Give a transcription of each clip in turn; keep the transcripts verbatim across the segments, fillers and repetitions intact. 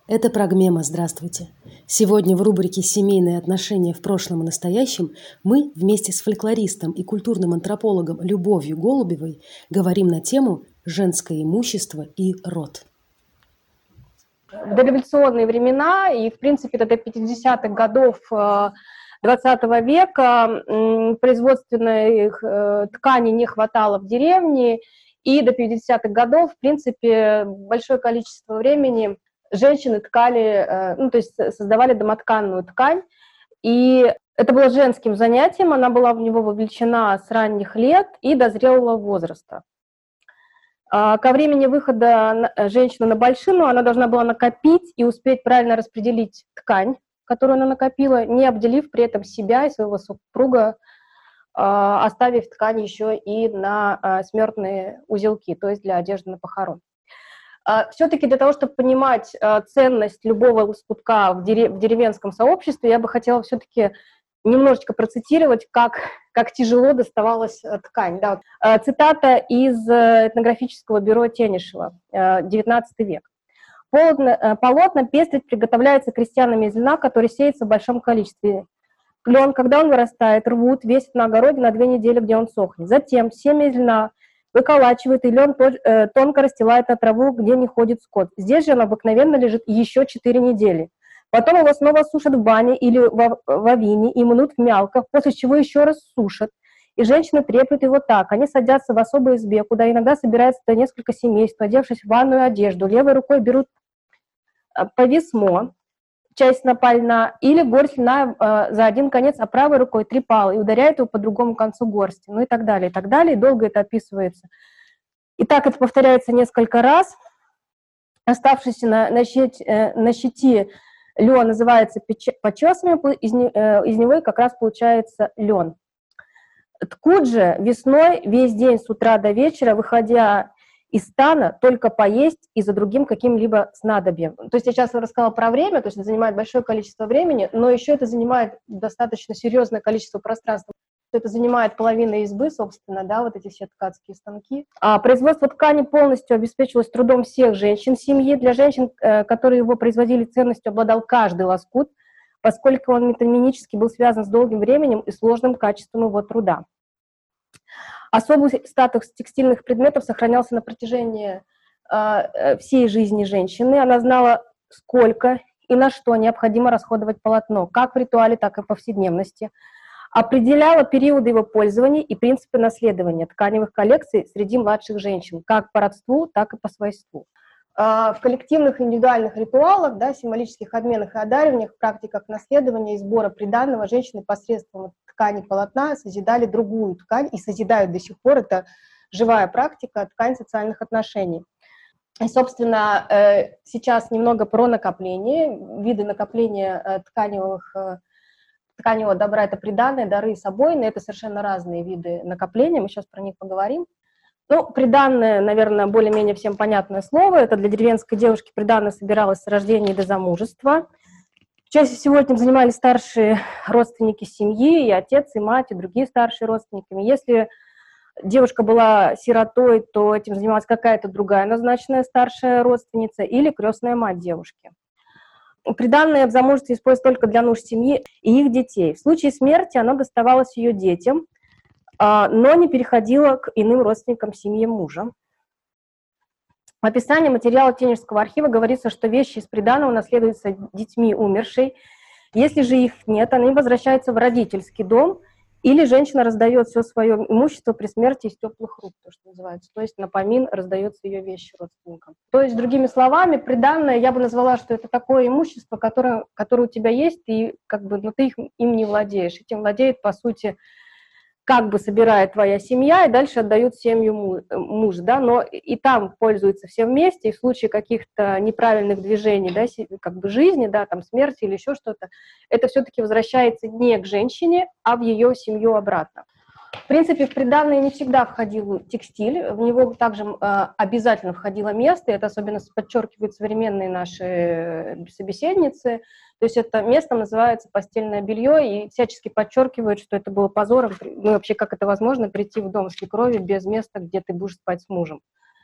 Это Прогмема, здравствуйте. Сегодня в рубрике «Семейные отношения в прошлом и настоящем» мы вместе с фольклористом и культурным антропологом Любовью Голубевой говорим на тему «Женское имущество и род». В дореволюционные времена и, в принципе, до пятидесятых годов двадцатого века производственных тканей не хватало в деревне, и до пятидесятых годов, в принципе, большое количество времени женщины ткали, ну, то есть создавали домотканную ткань, и это было женским занятием, она была в него вовлечена с ранних лет и до зрелого возраста. Ко времени выхода женщины на большину она должна была накопить и успеть правильно распределить ткань, которую она накопила, не обделив при этом себя и своего супруга, оставив ткань еще и на смертные узелки, то есть для одежды на похорон. Все-таки для того, чтобы понимать ценность любого лоскутка в деревенском сообществе, я бы хотела все-таки немножечко процитировать, как, как тяжело доставалась ткань. Да. Цитата из этнографического бюро Тенишева, девятнадцатый век. Полотна, полотна пестрить приготовляется крестьянами из льна, который сеется в большом количестве. Лен, когда он вырастает, рвут, весят на огороде на две недели, где он сохнет. Затем семя из льна выколачивают, и лен тонко расстилает на траву, где не ходит скот. Здесь же он обыкновенно лежит еще четыре недели. Потом его снова сушат в бане или в авине и мнут в мялках, после чего еще раз сушат. И женщины треплют его так. Они садятся в особой избе, куда иногда собирается до несколько семейств, одевшись в ванную одежду. Левой рукой берут повесмо, часть снопа льна, или горсть льна э, за один конец, а правой рукой три пала, и ударяют его по другому концу горсти, ну и так далее, и так далее, и долго это описывается. И так это повторяется несколько раз. Оставшийся на, на, щит, э, на щите лен называется почесами, из, э, из него как раз получается лен. Ткут же весной весь день с утра до вечера, выходя из стана, только поесть и за другим каким-либо снадобьем. То есть я сейчас рассказала про время, то есть это занимает большое количество времени, но еще это занимает достаточно серьезное количество пространства. Это занимает половину избы, собственно, да, вот эти все ткацкие станки. А производство ткани полностью обеспечивалось трудом всех женщин семьи. Для женщин, которые его производили, ценностью обладал каждый лоскут, поскольку он метаминически был связан с долгим временем и сложным качеством его труда. Особый статус текстильных предметов сохранялся на протяжении э, всей жизни женщины. Она знала, сколько и на что необходимо расходовать полотно, как в ритуале, так и в повседневности. Определяла периоды его пользования и принципы наследования тканевых коллекций среди младших женщин, как по родству, так и по свойству. В коллективных индивидуальных ритуалах, да, символических обменах и одариваниях, практиках наследования и сбора приданого женщины посредством ткани полотна созидали другую ткань и созидают до сих пор. Это живая практика, ткань социальных отношений. И, собственно, сейчас немного про накопление. Виды накопления тканевых, тканевого добра — это приданое, дары и собойные. Это совершенно разные виды накопления, мы сейчас про них поговорим. Ну, приданное, наверное, более-менее всем понятное слово. Это для деревенской девушки приданное собиралось с рождения до замужества. Чаще всего этим занимались старшие родственники семьи, и отец, и мать, и другие старшие родственники. Если девушка была сиротой, то этим занималась какая-то другая назначенная старшая родственница или крестная мать девушки. Приданное в замужестве используется только для нужд семьи и их детей. В случае смерти оно доставалось ее детям, но не переходила к иным родственникам семьи мужа. В описании материала Тенишевского архива говорится, что вещи из приданого наследуются детьми умершей. Если же их нет, они возвращаются в родительский дом, или женщина раздает все свое имущество при смерти из теплых рук, то, что называется. То есть на помин раздаются ее вещи родственникам. То есть, другими словами, приданное я бы назвала, что это такое имущество, которое, которое у тебя есть, и как бы, но ты их, им не владеешь. Этим владеет, по сути, как бы собирает твоя семья, и дальше отдают семью муж, да, но и там пользуются все вместе, и в случае каких-то неправильных движений, да, как бы жизни, да, там смерти или еще что-то, это все-таки возвращается не к женщине, а в ее семью обратно. В принципе, в приданое не всегда входил текстиль, в него также э, обязательно входило место, и это особенно подчеркивают современные наши собеседницы. То есть это место называется постельное белье, и всячески подчеркивают, что это было позором, ну вообще как это возможно, прийти в дом свекрови без места, где ты будешь спать с мужем.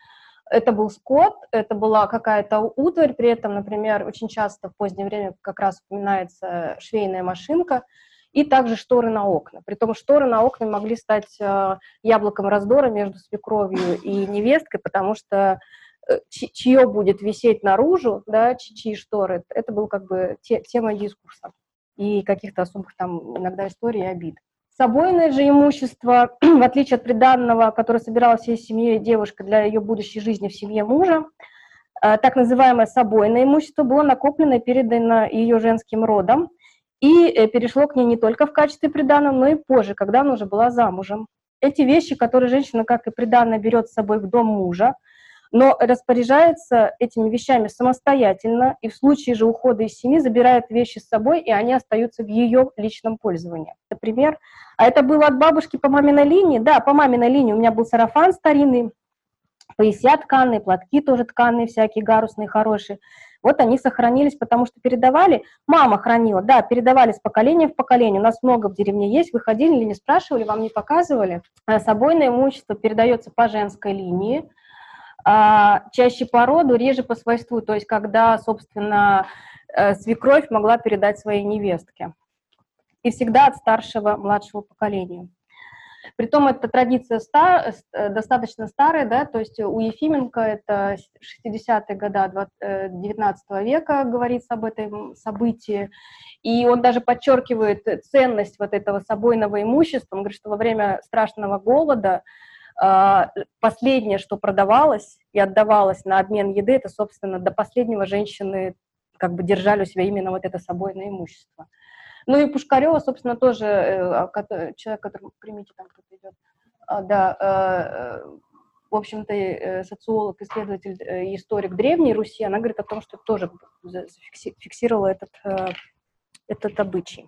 Это был скот, это была какая-то утварь, при этом, например, очень часто в позднее время как раз упоминается швейная машинка, и также шторы на окна. Притом шторы на окна могли стать э, яблоком раздора между свекровью и невесткой, потому что э, чье будет висеть наружу, да, чьи шторы, это был как бы те, тема дискурса и каких-то особых там иногда историй и обид. Собойное же имущество, в отличие от приданного, которое собиралась всей семьей девушка для ее будущей жизни в семье мужа, так называемое собойное имущество было накоплено и передано ее женским родом и перешло к ней не только в качестве приданого, но и позже, когда она уже была замужем. Эти вещи, которые женщина, как и приданное, берет с собой в дом мужа, но распоряжается этими вещами самостоятельно, и в случае же ухода из семьи забирает вещи с собой, и они остаются в ее личном пользовании. Например, а это было от бабушки по маминой линии? Да, по маминой линии у меня был сарафан старинный, поясья тканые, платки тоже тканые, всякие гарусные, хорошие. Вот они сохранились, потому что передавали, мама хранила, да, передавали с поколения в поколение. У нас много в деревне есть, вы ходили или не спрашивали, вам не показывали. Собойное имущество передается по женской линии, а чаще по роду, реже по свойству, то есть когда, собственно, свекровь могла передать своей невестке. И всегда от старшего младшего поколения. Притом эта традиция стар, достаточно старая, да, то есть у Ефименко, это шестидесятые годы девятнадцатого века, говорится об этом событии, и он даже подчеркивает ценность вот этого собойного имущества. Он говорит, что во время страшного голода последнее, что продавалось и отдавалось на обмен еды, это, собственно, до последнего женщины как бы держали у себя именно вот это собойное имущество. Ну и Пушкарева, собственно, тоже человек, который, примите, там кто-то идет, да, в общем-то, социолог, исследователь, историк Древней Руси, она говорит о том, что тоже фиксировала этот, этот обычай.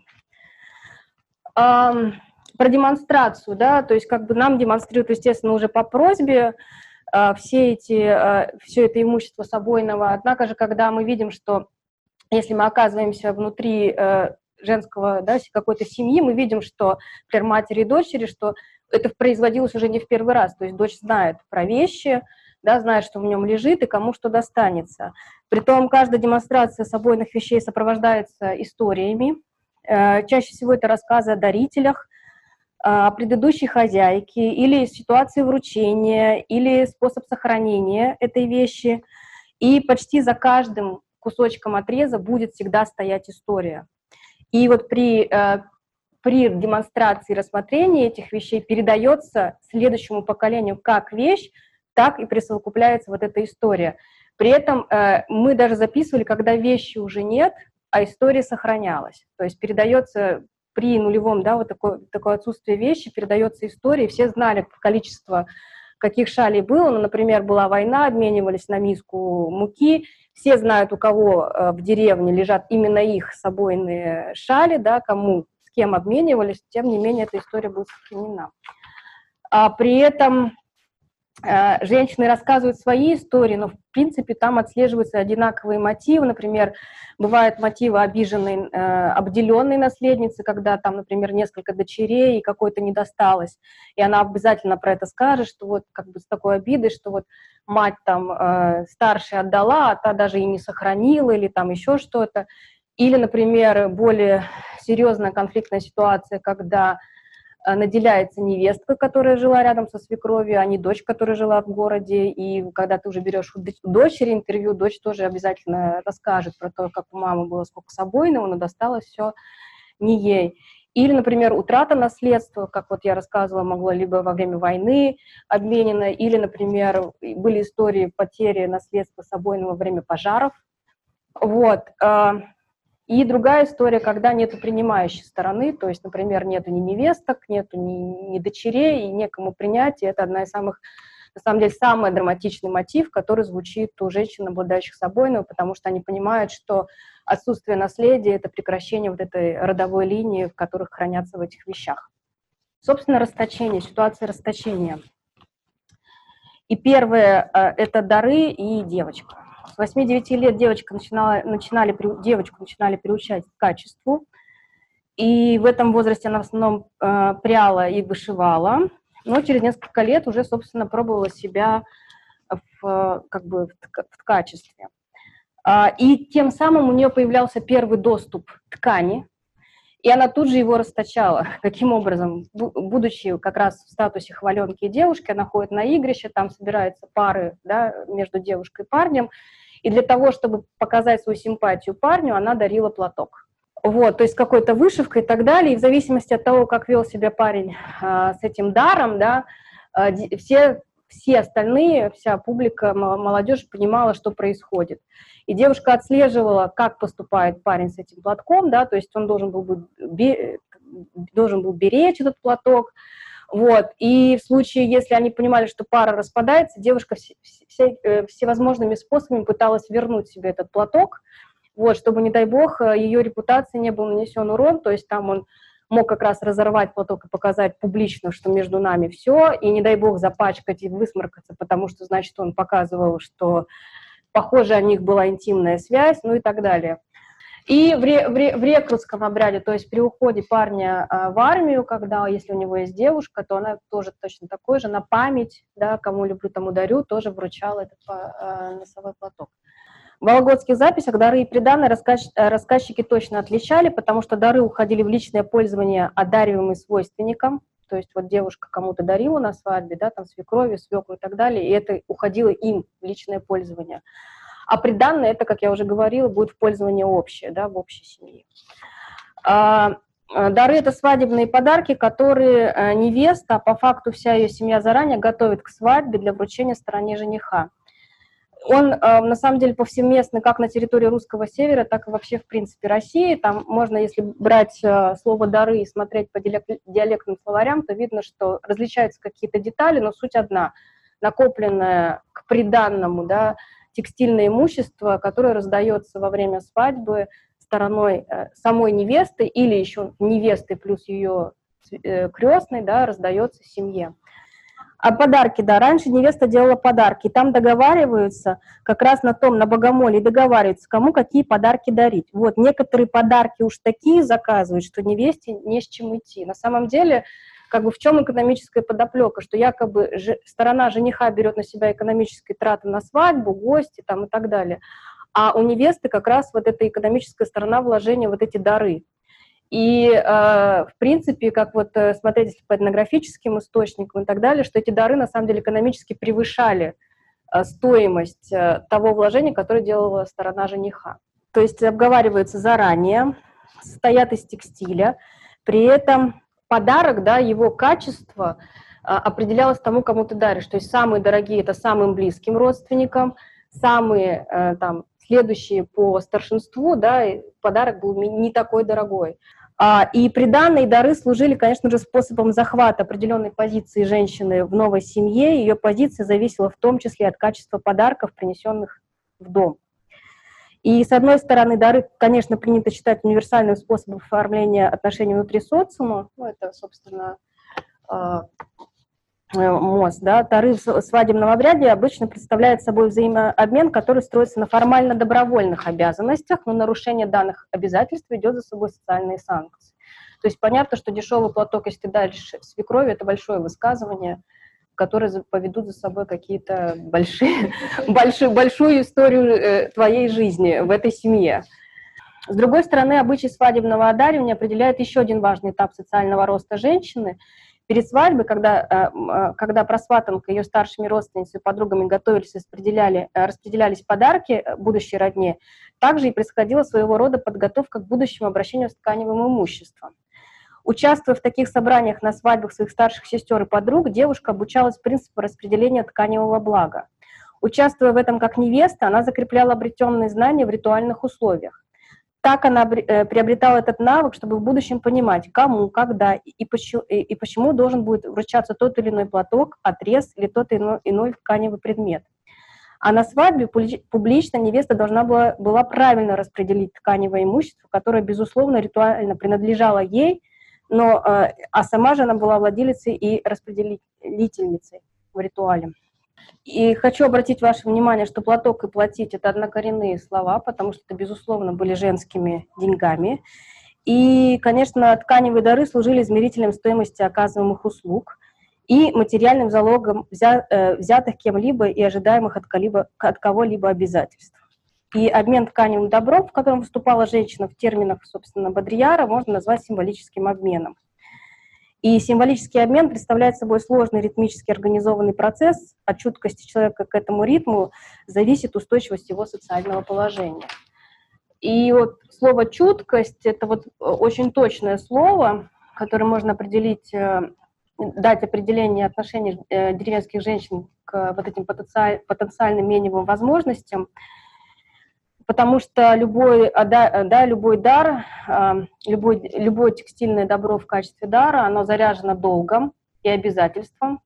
Про демонстрацию, да, то есть как бы нам демонстрируют, естественно, уже по просьбе все эти, все это имущество собойного, однако же, когда мы видим, что если мы оказываемся внутри женского, да, какой-то семьи, мы видим, что, например, матери и дочери, что это производилось уже не в первый раз, то есть дочь знает про вещи, да, знает, что в нем лежит и кому что достанется. Притом каждая демонстрация собойных вещей сопровождается историями, чаще всего это рассказы о дарителях, о предыдущей хозяйке, или ситуации вручения, или способ сохранения этой вещи, и почти за каждым кусочком отреза будет всегда стоять история. И вот при, э, при демонстрации и рассмотрении этих вещей передается следующему поколению как вещь, так и присовокупляется вот эта история. При этом э, мы даже записывали, когда вещи уже нет, а история сохранялась. То есть передается при нулевом, да, вот такое, такое отсутствие вещи, передается история, все знали количество, каких шалей было. Ну, например, была война, обменивались на миску муки, все знают, у кого в деревне лежат именно их собойные шали, да, кому, с кем обменивались, тем не менее эта история будет сохранена. А при этом э, женщины рассказывают свои истории, но в принципе там отслеживаются одинаковые мотивы. Например, бывают мотивы обиженной, э, обделенной наследницы, когда там, например, несколько дочерей и какой-то не досталось, и она обязательно про это скажет, что вот как бы с такой обидой, что вот мать там э, старшая отдала, а та даже и не сохранила, или там еще что-то. Или, например, более серьезная конфликтная ситуация, когда э, наделяется невестка, которая жила рядом со свекровью, а не дочь, которая жила в городе. И когда ты уже берешь у дочери интервью, дочь тоже обязательно расскажет про то, как у мамы было сколько собойного, но досталось все не ей. Или, например, утрата наследства, как вот я рассказывала, могло либо во время войны обменено, или, например, были истории потери наследства собойного во время пожаров. Вот. И другая история, когда нет принимающей стороны, то есть, например, нету ни невесток, нету ни, ни дочерей, и некому принять, и это одна из самых, на самом деле, самый драматичный мотив, который звучит у женщин, обладающих собойного, потому что они понимают, что отсутствие наследия – это прекращение вот этой родовой линии, в которых хранятся в этих вещах. Собственно, расточение, ситуация расточения. И первое – это дары и девочка. С восьми-девяти лет девочка начинала, начинали, девочку начинали приучать к качеству, и в этом возрасте она в основном пряла и вышивала, но через несколько лет уже, собственно, пробовала себя в, как бы, в ткачестве. И тем самым у нее появлялся первый доступ к ткани, и она тут же его расточала. Каким образом? Будучи как раз в статусе хваленки и девушки, она ходит на игрище, там собираются пары, да, между девушкой и парнем, и для того, чтобы показать свою симпатию парню, она дарила платок. Вот, то есть какой-то вышивкой и так далее, и в зависимости от того, как вел себя парень а, с этим даром, да, а, все, все остальные, вся публика, молодежь понимала, что происходит. И девушка отслеживала, как поступает парень с этим платком, да, то есть он должен был, быть, должен был беречь этот платок, вот, и в случае, если они понимали, что пара распадается, девушка все, все, всевозможными способами пыталась вернуть себе этот платок, вот, чтобы, не дай бог, ее репутации не был нанесен урон, то есть там он мог как раз разорвать платок и показать публично, что между нами все, и, не дай бог, запачкать и высморкаться, потому что, значит, он показывал, что, похоже, у них была интимная связь, ну и так далее. И в, ре, в, ре, в рекрутском обряде, то есть при уходе парня а, в армию, когда, если у него есть девушка, то она тоже точно такой же, на память, да, кому люблю, тому дарю, тоже вручала этот а, носовой платок. В вологодских записях дары и приданые рассказ, рассказчики точно отличали, потому что дары уходили в личное пользование одариваемым свойственникам, то есть вот девушка кому-то дарила на свадьбе, да, там свекрови, свеклу и так далее, и это уходило им в личное пользование. А приданое, это, как я уже говорила, будет в пользование общее, да, в общей семье. А, дары – это свадебные подарки, которые невеста, а по факту вся ее семья заранее готовит к свадьбе для вручения стороне жениха. Он, на самом деле, повсеместный как на территории русского севера, так и вообще, в принципе, России. Там можно, если брать слово «дары» и смотреть по диалектным словарям, то видно, что различаются какие-то детали, но суть одна. Накопленное к приданному, да, текстильное имущество, которое раздается во время свадьбы стороной самой невесты или еще невесты плюс ее крестной, да, раздается семье. А подарки, да, раньше невеста делала подарки, там договариваются, как раз на том, на богомоле, договариваются, кому какие подарки дарить. Вот, некоторые подарки уж такие заказывают, что невесте не с чем идти. На самом деле, как бы в чем экономическая подоплека, что якобы же, сторона жениха берет на себя экономические траты на свадьбу, гости там и так далее, а у невесты как раз вот эта экономическая сторона вложения, вот эти дары. И, э, в принципе, как вот смотреть по этнографическим источникам и так далее, что эти дары на самом деле экономически превышали э, стоимость э, того вложения, которое делала сторона жениха. То есть обговариваются заранее, состоят из текстиля, при этом подарок, да, его качество э, определялось тому, кому ты даришь. То есть самые дорогие – это самым близким родственникам, самые э, там, следующие по старшинству, да, подарок был не такой дорогой. А, и приданые дары служили, конечно же, способом захвата определенной позиции женщины в новой семье. Ее позиция зависела в том числе от качества подарков, принесенных в дом. И, с одной стороны, дары, конечно, принято считать универсальным способом оформления отношений внутри социума. Ну, это, собственно, мост, да, дары в свадебном обряде обычно представляют собой взаимообмен, который строится на формально-добровольных обязанностях, но нарушение данных обязательств ведет за собой социальные санкции. То есть понятно, что дешевый платок, если ты даришь свекрови, это большое высказывание, которые поведут за собой какие-то большие, большую, большую историю твоей жизни в этой семье. С другой стороны, обычай свадебного одаривания определяет еще один важный этап социального роста женщины. Перед свадьбой, когда, когда просватанка, ее старшими родственницами и подругами готовились и распределяли, распределялись подарки будущей родне, также и происходила своего рода подготовка к будущему обращению с тканевым имуществом. Участвуя в таких собраниях на свадьбах своих старших сестер и подруг, девушка обучалась принципу распределения тканевого блага. Участвуя в этом как невеста, она закрепляла обретенные знания в ритуальных условиях. Так она приобретала этот навык, чтобы в будущем понимать, кому, когда и почему, и почему должен будет вручаться тот или иной платок, отрез или тот иной, иной тканевый предмет. А на свадьбе публично невеста должна была, была правильно распределить тканевое имущество, которое, безусловно, ритуально принадлежало ей, но, а сама же она была владелицей и распределительницей в ритуале. И хочу обратить ваше внимание, что платок и платить – это однокоренные слова, потому что это, безусловно, были женскими деньгами. И, конечно, тканевые дары служили измерителем стоимости оказываемых услуг. и материальным залогом взятых кем-либо и ожидаемых от кого-либо обязательств. И обмен тканевым добром, в котором выступала женщина в терминах, собственно, Бодрияра, можно назвать символическим обменом. И символический обмен представляет собой сложный ритмически организованный процесс. От чуткости человека к этому ритму зависит устойчивость его социального положения. И вот слово «чуткость» — это вот очень точное слово, которое можно определить, дать определение отношений деревенских женщин к вот этим потенциальным менее возможностям. Потому что любой, да, любой дар, любой, любое текстильное добро в качестве дара, оно заряжено долгом и обязательством.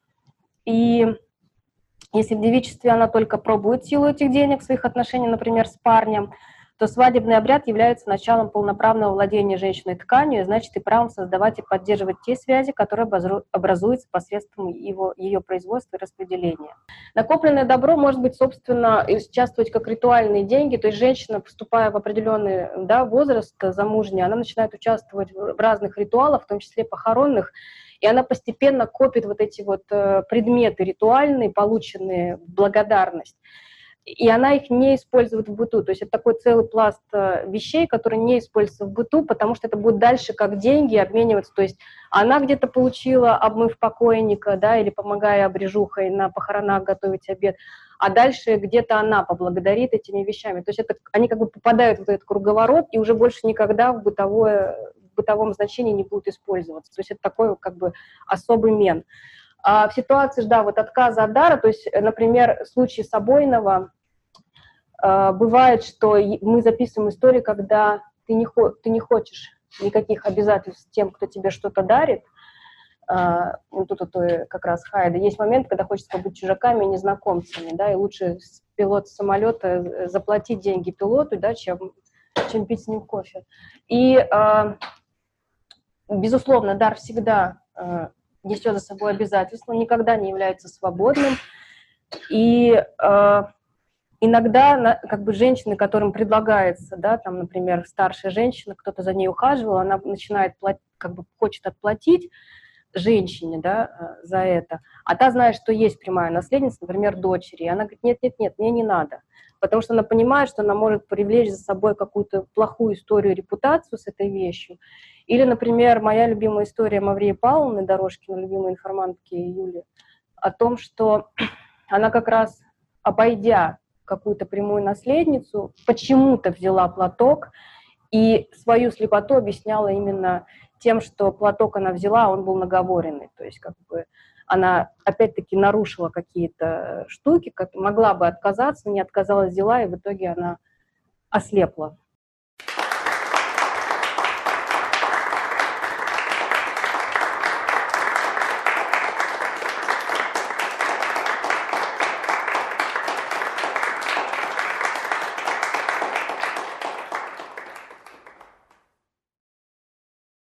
И если в девичестве она только пробует силу этих денег в своих отношениях, например, с парнем, то свадебный обряд является началом полноправного владения женщиной тканью, и значит и правом создавать и поддерживать те связи, которые образуются посредством его, ее производства и распределения. Накопленное добро может быть, собственно, участвовать как ритуальные деньги, то есть женщина, поступая в определенный, да, возраст замужняя, она начинает участвовать в разных ритуалах, в том числе похоронных, и она постепенно копит вот эти вот предметы ритуальные, полученные в благодарность, и она их не использует в быту. То есть это такой целый пласт вещей, которые не используются в быту, потому что это будет дальше как деньги обмениваться. То есть она где-то получила, обмыв покойника, да, или помогая обрежухой на похоронах готовить обед, а дальше где-то она поблагодарит этими вещами. То есть это, они как бы попадают в этот круговорот и уже больше никогда в, бытовое, в бытовом значении не будут использоваться. То есть это такой как бы особый мен. А в ситуации, да, вот отказа от дара, то есть, например, в случае Собойного, бывает, что мы записываем истории, когда ты не, ты не хочешь никаких обязательств тем, кто тебе что-то дарит. Ну, тут, тут как раз Хайда. Есть момент, когда хочется побыть чужаками и незнакомцами, да, и лучше пилот самолета заплатить деньги пилоту, да, чем, чем пить с ним кофе. И, безусловно, дар всегда несет за собой обязательства, никогда не является свободным. И иногда как бы женщины, которым предлагается, да, там, например, старшая женщина, кто-то за ней ухаживал, она начинает платить, как бы хочет отплатить женщине, да, за это, а та знает, что есть прямая наследница, например, дочери, и она говорит: нет-нет-нет, мне не надо, потому что она понимает, что она может привлечь за собой какую-то плохую историю, репутацию с этой вещью. Или, например, моя любимая история Маврии Павловны Дорожкиной, любимой информантки Юли, о том, что она как раз, обойдя какую-то прямую наследницу, почему-то взяла платок и свою слепоту объясняла именно тем, что платок она взяла, а он был наговоренный. То есть как бы она опять-таки нарушила какие-то штуки, как могла бы отказаться, не отказалась, взяла, и в итоге она ослепла.